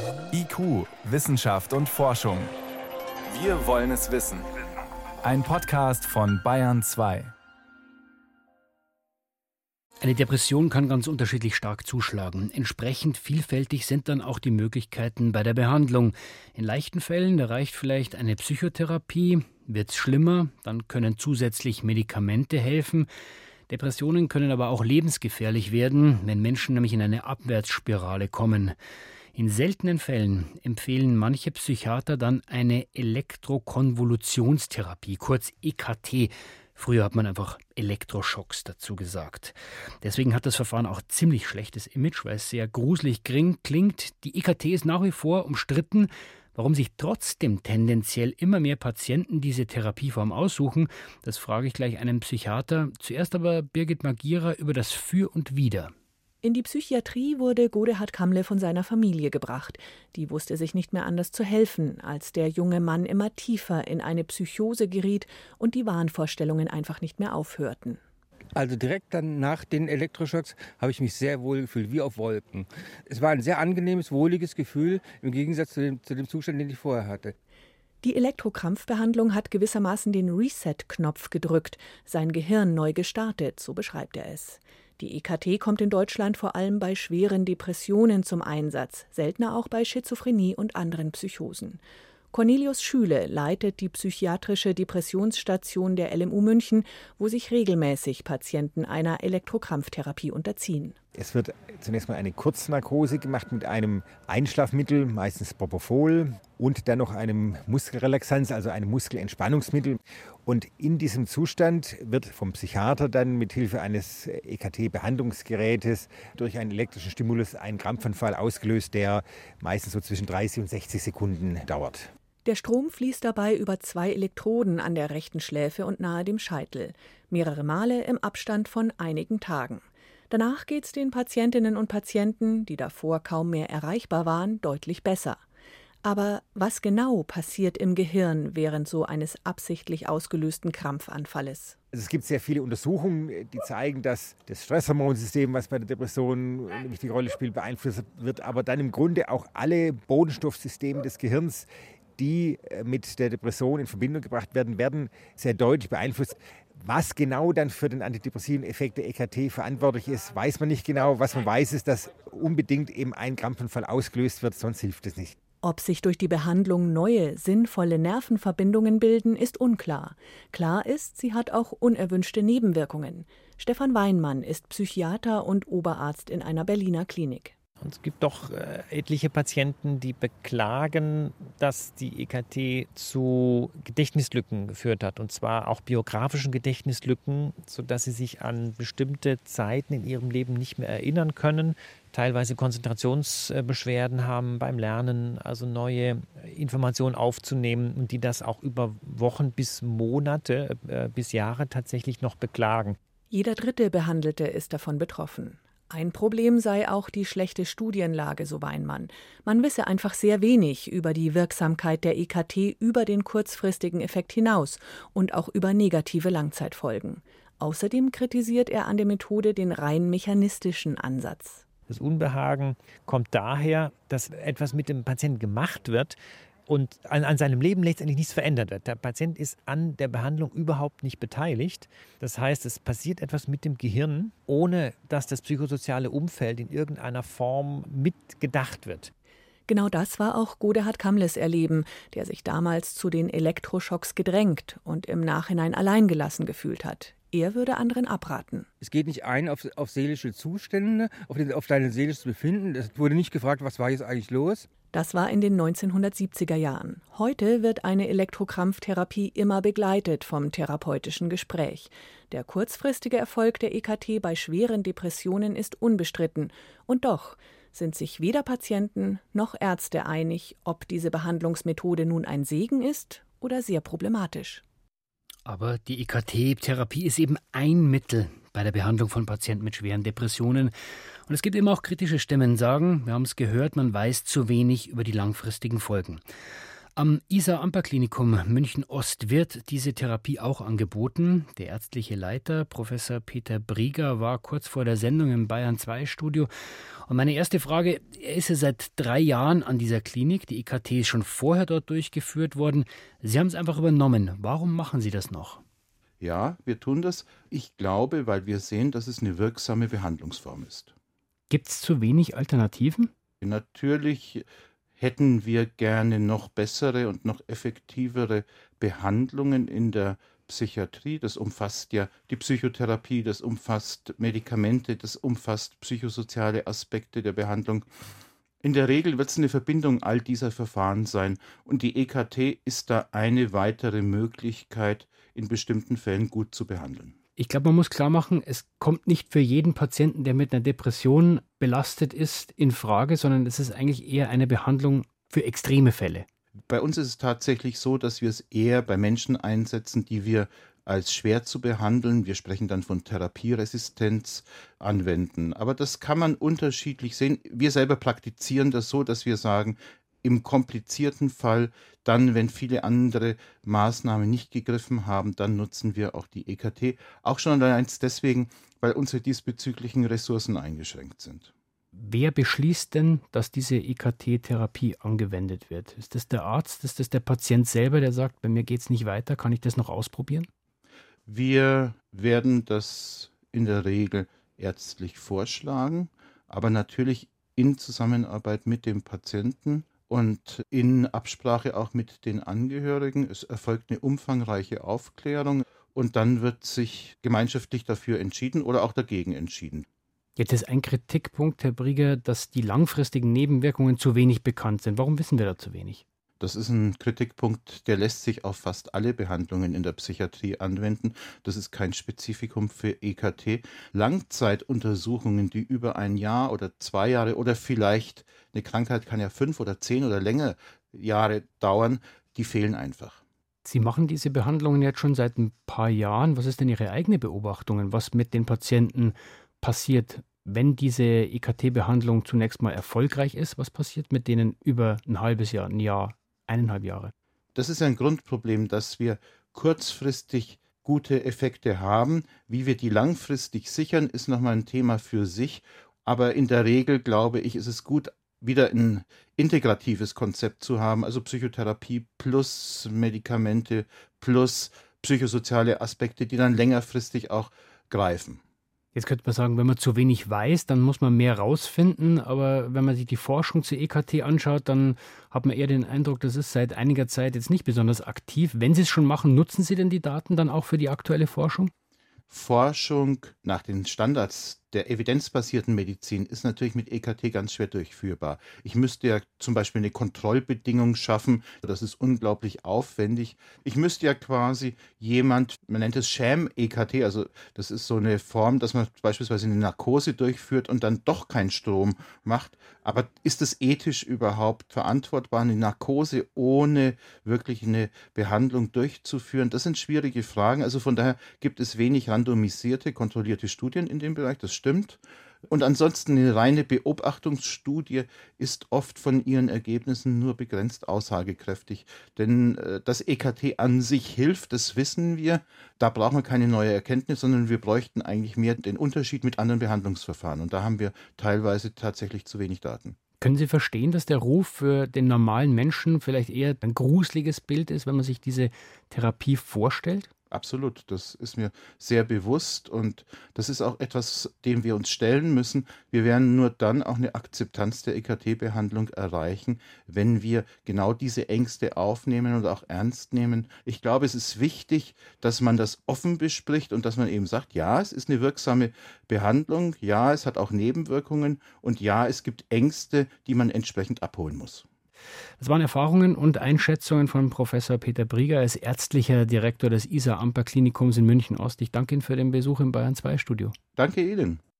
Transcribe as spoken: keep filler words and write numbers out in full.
I Q, Wissenschaft und Forschung. Wir wollen es wissen. Ein Podcast von Bayern zwei. Eine Depression kann ganz unterschiedlich stark zuschlagen. Entsprechend vielfältig sind dann auch die Möglichkeiten bei der Behandlung. In leichten Fällen, da reicht vielleicht eine Psychotherapie. Wird es schlimmer, dann können zusätzlich Medikamente helfen. Depressionen können aber auch lebensgefährlich werden, wenn Menschen nämlich in eine Abwärtsspirale kommen. In seltenen Fällen empfehlen manche Psychiater dann eine Elektrokonvolutionstherapie, kurz E K T. Früher hat man einfach Elektroschocks dazu gesagt. Deswegen hat das Verfahren auch ziemlich schlechtes Image, weil es sehr gruselig klingt. Die E K T ist nach wie vor umstritten. Warum sich trotzdem tendenziell immer mehr Patienten diese Therapieform aussuchen, das frage ich gleich einen Psychiater. Zuerst aber Birgit Magira über das Für und Wider. In die Psychiatrie wurde Godehard Kamle von seiner Familie gebracht. Die wusste sich nicht mehr anders zu helfen, als der junge Mann immer tiefer in eine Psychose geriet und die Wahnvorstellungen einfach nicht mehr aufhörten. Also direkt dann nach den Elektroschocks habe ich mich sehr wohl gefühlt, wie auf Wolken. Es war ein sehr angenehmes, wohliges Gefühl im Gegensatz zu dem, zu dem Zustand, den ich vorher hatte. Die Elektrokrampfbehandlung hat gewissermaßen den Reset-Knopf gedrückt, sein Gehirn neu gestartet, so beschreibt er es. Die E K T kommt in Deutschland vor allem bei schweren Depressionen zum Einsatz, seltener auch bei Schizophrenie und anderen Psychosen. Cornelius Schüle leitet die psychiatrische Depressionsstation der L M U München, wo sich regelmäßig Patienten einer Elektrokrampftherapie unterziehen. Es wird zunächst mal eine Kurznarkose gemacht mit einem Einschlafmittel, meistens Propofol, und dann noch einem Muskelrelaxanz, also einem Muskelentspannungsmittel. Und in diesem Zustand wird vom Psychiater dann mit Hilfe eines E K T-Behandlungsgerätes durch einen elektrischen Stimulus ein Krampfanfall ausgelöst, der meistens so zwischen dreißig und sechzig Sekunden dauert. Der Strom fließt dabei über zwei Elektroden an der rechten Schläfe und nahe dem Scheitel, mehrere Male im Abstand von einigen Tagen. Danach geht es den Patientinnen und Patienten, die davor kaum mehr erreichbar waren, deutlich besser. Aber was genau passiert im Gehirn während so eines absichtlich ausgelösten Krampfanfalles? Also es gibt sehr viele Untersuchungen, die zeigen, dass das Stresshormonsystem, was bei der Depression eine wichtige Rolle spielt, beeinflusst wird, aber dann im Grunde auch alle Botenstoffsysteme des Gehirns, die mit der Depression in Verbindung gebracht werden, werden sehr deutlich beeinflusst. Was genau dann für den antidepressiven Effekt der E K T verantwortlich ist, weiß man nicht genau. Was man weiß, ist, dass unbedingt eben ein Krampfanfall ausgelöst wird, sonst hilft es nicht. Ob sich durch die Behandlung neue, sinnvolle Nervenverbindungen bilden, ist unklar. Klar ist, sie hat auch unerwünschte Nebenwirkungen. Stefan Weinmann ist Psychiater und Oberarzt in einer Berliner Klinik. Und es gibt doch äh, etliche Patienten, die beklagen, dass die E K T zu Gedächtnislücken geführt hat. Und zwar auch biografischen Gedächtnislücken, sodass sie sich an bestimmte Zeiten in ihrem Leben nicht mehr erinnern können. Teilweise Konzentrationsbeschwerden haben beim Lernen, also neue Informationen aufzunehmen und die das auch über Wochen bis Monate, äh, bis Jahre tatsächlich noch beklagen. Jeder dritte Behandelte ist davon betroffen. Ein Problem sei auch die schlechte Studienlage, so Weinmann. Man wisse einfach sehr wenig über die Wirksamkeit der E K T über den kurzfristigen Effekt hinaus und auch über negative Langzeitfolgen. Außerdem kritisiert er an der Methode den rein mechanistischen Ansatz. Das Unbehagen kommt daher, dass etwas mit dem Patienten gemacht wird und an, an seinem Leben letztendlich nichts verändert wird. Der Patient ist an der Behandlung überhaupt nicht beteiligt. Das heißt, es passiert etwas mit dem Gehirn, ohne dass das psychosoziale Umfeld in irgendeiner Form mitgedacht wird. Genau das war auch Godehard Kamles Erleben, der sich damals zu den Elektroschocks gedrängt und im Nachhinein alleingelassen gefühlt hat. Er würde anderen abraten. Es geht nicht ein auf, auf seelische Zustände, auf, den, auf dein seelisches Befinden. Es wurde nicht gefragt, was war jetzt eigentlich los. Das war in den neunzehnhundertsiebziger Jahren. Heute wird eine Elektrokrampftherapie immer begleitet vom therapeutischen Gespräch. Der kurzfristige Erfolg der E K T bei schweren Depressionen ist unbestritten. Und doch sind sich weder Patienten noch Ärzte einig, ob diese Behandlungsmethode nun ein Segen ist oder sehr problematisch. Aber die E K T-Therapie ist eben ein Mittel bei der Behandlung von Patienten mit schweren Depressionen. Und es gibt immer auch kritische Stimmen, sagen, wir haben es gehört, man weiß zu wenig über die langfristigen Folgen. Am Isar-Amper-Klinikum München-Ost wird diese Therapie auch angeboten. Der ärztliche Leiter, Professor Peter Brieger, war kurz vor der Sendung im Bayern zwei Studio. Und meine erste Frage, er ist ja seit drei Jahren an dieser Klinik. Die E K T ist schon vorher dort durchgeführt worden. Sie haben es einfach übernommen. Warum machen Sie das noch? Ja, wir tun das. Ich glaube, weil wir sehen, dass es eine wirksame Behandlungsform ist. Gibt es zu wenig Alternativen? Natürlich hätten wir gerne noch bessere und noch effektivere Behandlungen in der Psychiatrie. Das umfasst ja die Psychotherapie, das umfasst Medikamente, das umfasst psychosoziale Aspekte der Behandlung. In der Regel wird es eine Verbindung all dieser Verfahren sein und die E K T ist da eine weitere Möglichkeit, in bestimmten Fällen gut zu behandeln. Ich glaube, man muss klar machen, es kommt nicht für jeden Patienten, der mit einer Depression belastet ist, in Frage, sondern es ist eigentlich eher eine Behandlung für extreme Fälle. Bei uns ist es tatsächlich so, dass wir es eher bei Menschen einsetzen, die wir als schwer zu behandeln, wir sprechen dann von Therapieresistenz, anwenden. Aber das kann man unterschiedlich sehen. Wir selber praktizieren das so, dass wir sagen, im komplizierten Fall, dann, wenn viele andere Maßnahmen nicht gegriffen haben, dann nutzen wir auch die E K T. Auch schon allein deswegen, weil unsere diesbezüglichen Ressourcen eingeschränkt sind. Wer beschließt denn, dass diese E K T-Therapie angewendet wird? Ist das der Arzt? Ist das der Patient selber, der sagt, bei mir geht es nicht weiter, kann ich das noch ausprobieren? Wir werden das in der Regel ärztlich vorschlagen, aber natürlich in Zusammenarbeit mit dem Patienten und in Absprache auch mit den Angehörigen. Es erfolgt eine umfangreiche Aufklärung und dann wird sich gemeinschaftlich dafür entschieden oder auch dagegen entschieden. Jetzt ist ein Kritikpunkt, Herr Brieger, dass die langfristigen Nebenwirkungen zu wenig bekannt sind. Warum wissen wir da zu wenig? Das ist ein Kritikpunkt, der lässt sich auf fast alle Behandlungen in der Psychiatrie anwenden. Das ist kein Spezifikum für E K T. Langzeituntersuchungen, die über ein Jahr oder zwei Jahre oder vielleicht eine Krankheit kann ja fünf oder zehn oder länger Jahre dauern, die fehlen einfach. Sie machen diese Behandlungen jetzt schon seit ein paar Jahren. Was ist denn Ihre eigene Beobachtung, was mit den Patienten passiert, wenn diese E K T-Behandlung zunächst mal erfolgreich ist? Was passiert mit denen über ein halbes Jahr, ein Jahr? Eineinhalb Jahre. Das ist ein Grundproblem, dass wir kurzfristig gute Effekte haben. Wie wir die langfristig sichern, ist nochmal ein Thema für sich. Aber in der Regel, glaube ich, ist es gut, wieder ein integratives Konzept zu haben, also Psychotherapie plus Medikamente plus psychosoziale Aspekte, die dann längerfristig auch greifen. Jetzt könnte man sagen, wenn man zu wenig weiß, dann muss man mehr rausfinden. Aber wenn man sich die Forschung zur E K T anschaut, dann hat man eher den Eindruck, das ist seit einiger Zeit jetzt nicht besonders aktiv. Wenn Sie es schon machen, nutzen Sie denn die Daten dann auch für die aktuelle Forschung? Forschung nach den Standards der evidenzbasierten Medizin ist natürlich mit E K T ganz schwer durchführbar. Ich müsste ja zum Beispiel eine Kontrollbedingung schaffen. Das ist unglaublich aufwendig. Ich müsste ja quasi jemand, man nennt es Sham-E K T, also das ist so eine Form, dass man beispielsweise eine Narkose durchführt und dann doch keinen Strom macht. Aber ist es ethisch überhaupt verantwortbar, eine Narkose ohne wirklich eine Behandlung durchzuführen? Das sind schwierige Fragen. Also von daher gibt es wenig randomisierte, kontrollierte Studien in dem Bereich. Das stimmt. Und ansonsten eine reine Beobachtungsstudie ist oft von ihren Ergebnissen nur begrenzt aussagekräftig. Denn äh, das E K T an sich hilft, das wissen wir. Da brauchen wir keine neue Erkenntnis, sondern wir bräuchten eigentlich mehr den Unterschied mit anderen Behandlungsverfahren. Und da haben wir teilweise tatsächlich zu wenig Daten. Können Sie verstehen, dass der Ruf für den normalen Menschen vielleicht eher ein gruseliges Bild ist, wenn man sich diese Therapie vorstellt? Absolut, das ist mir sehr bewusst und das ist auch etwas, dem wir uns stellen müssen. Wir werden nur dann auch eine Akzeptanz der E K T-Behandlung erreichen, wenn wir genau diese Ängste aufnehmen und auch ernst nehmen. Ich glaube, es ist wichtig, dass man das offen bespricht und dass man eben sagt, ja, es ist eine wirksame Behandlung, ja, es hat auch Nebenwirkungen und ja, es gibt Ängste, die man entsprechend abholen muss. Das waren Erfahrungen und Einschätzungen von Professor Peter Brieger als ärztlicher Direktor des Isar-Amper-Klinikums in München-Ost. Ich danke Ihnen für den Besuch im Bayern zwei Studio. Danke Ihnen.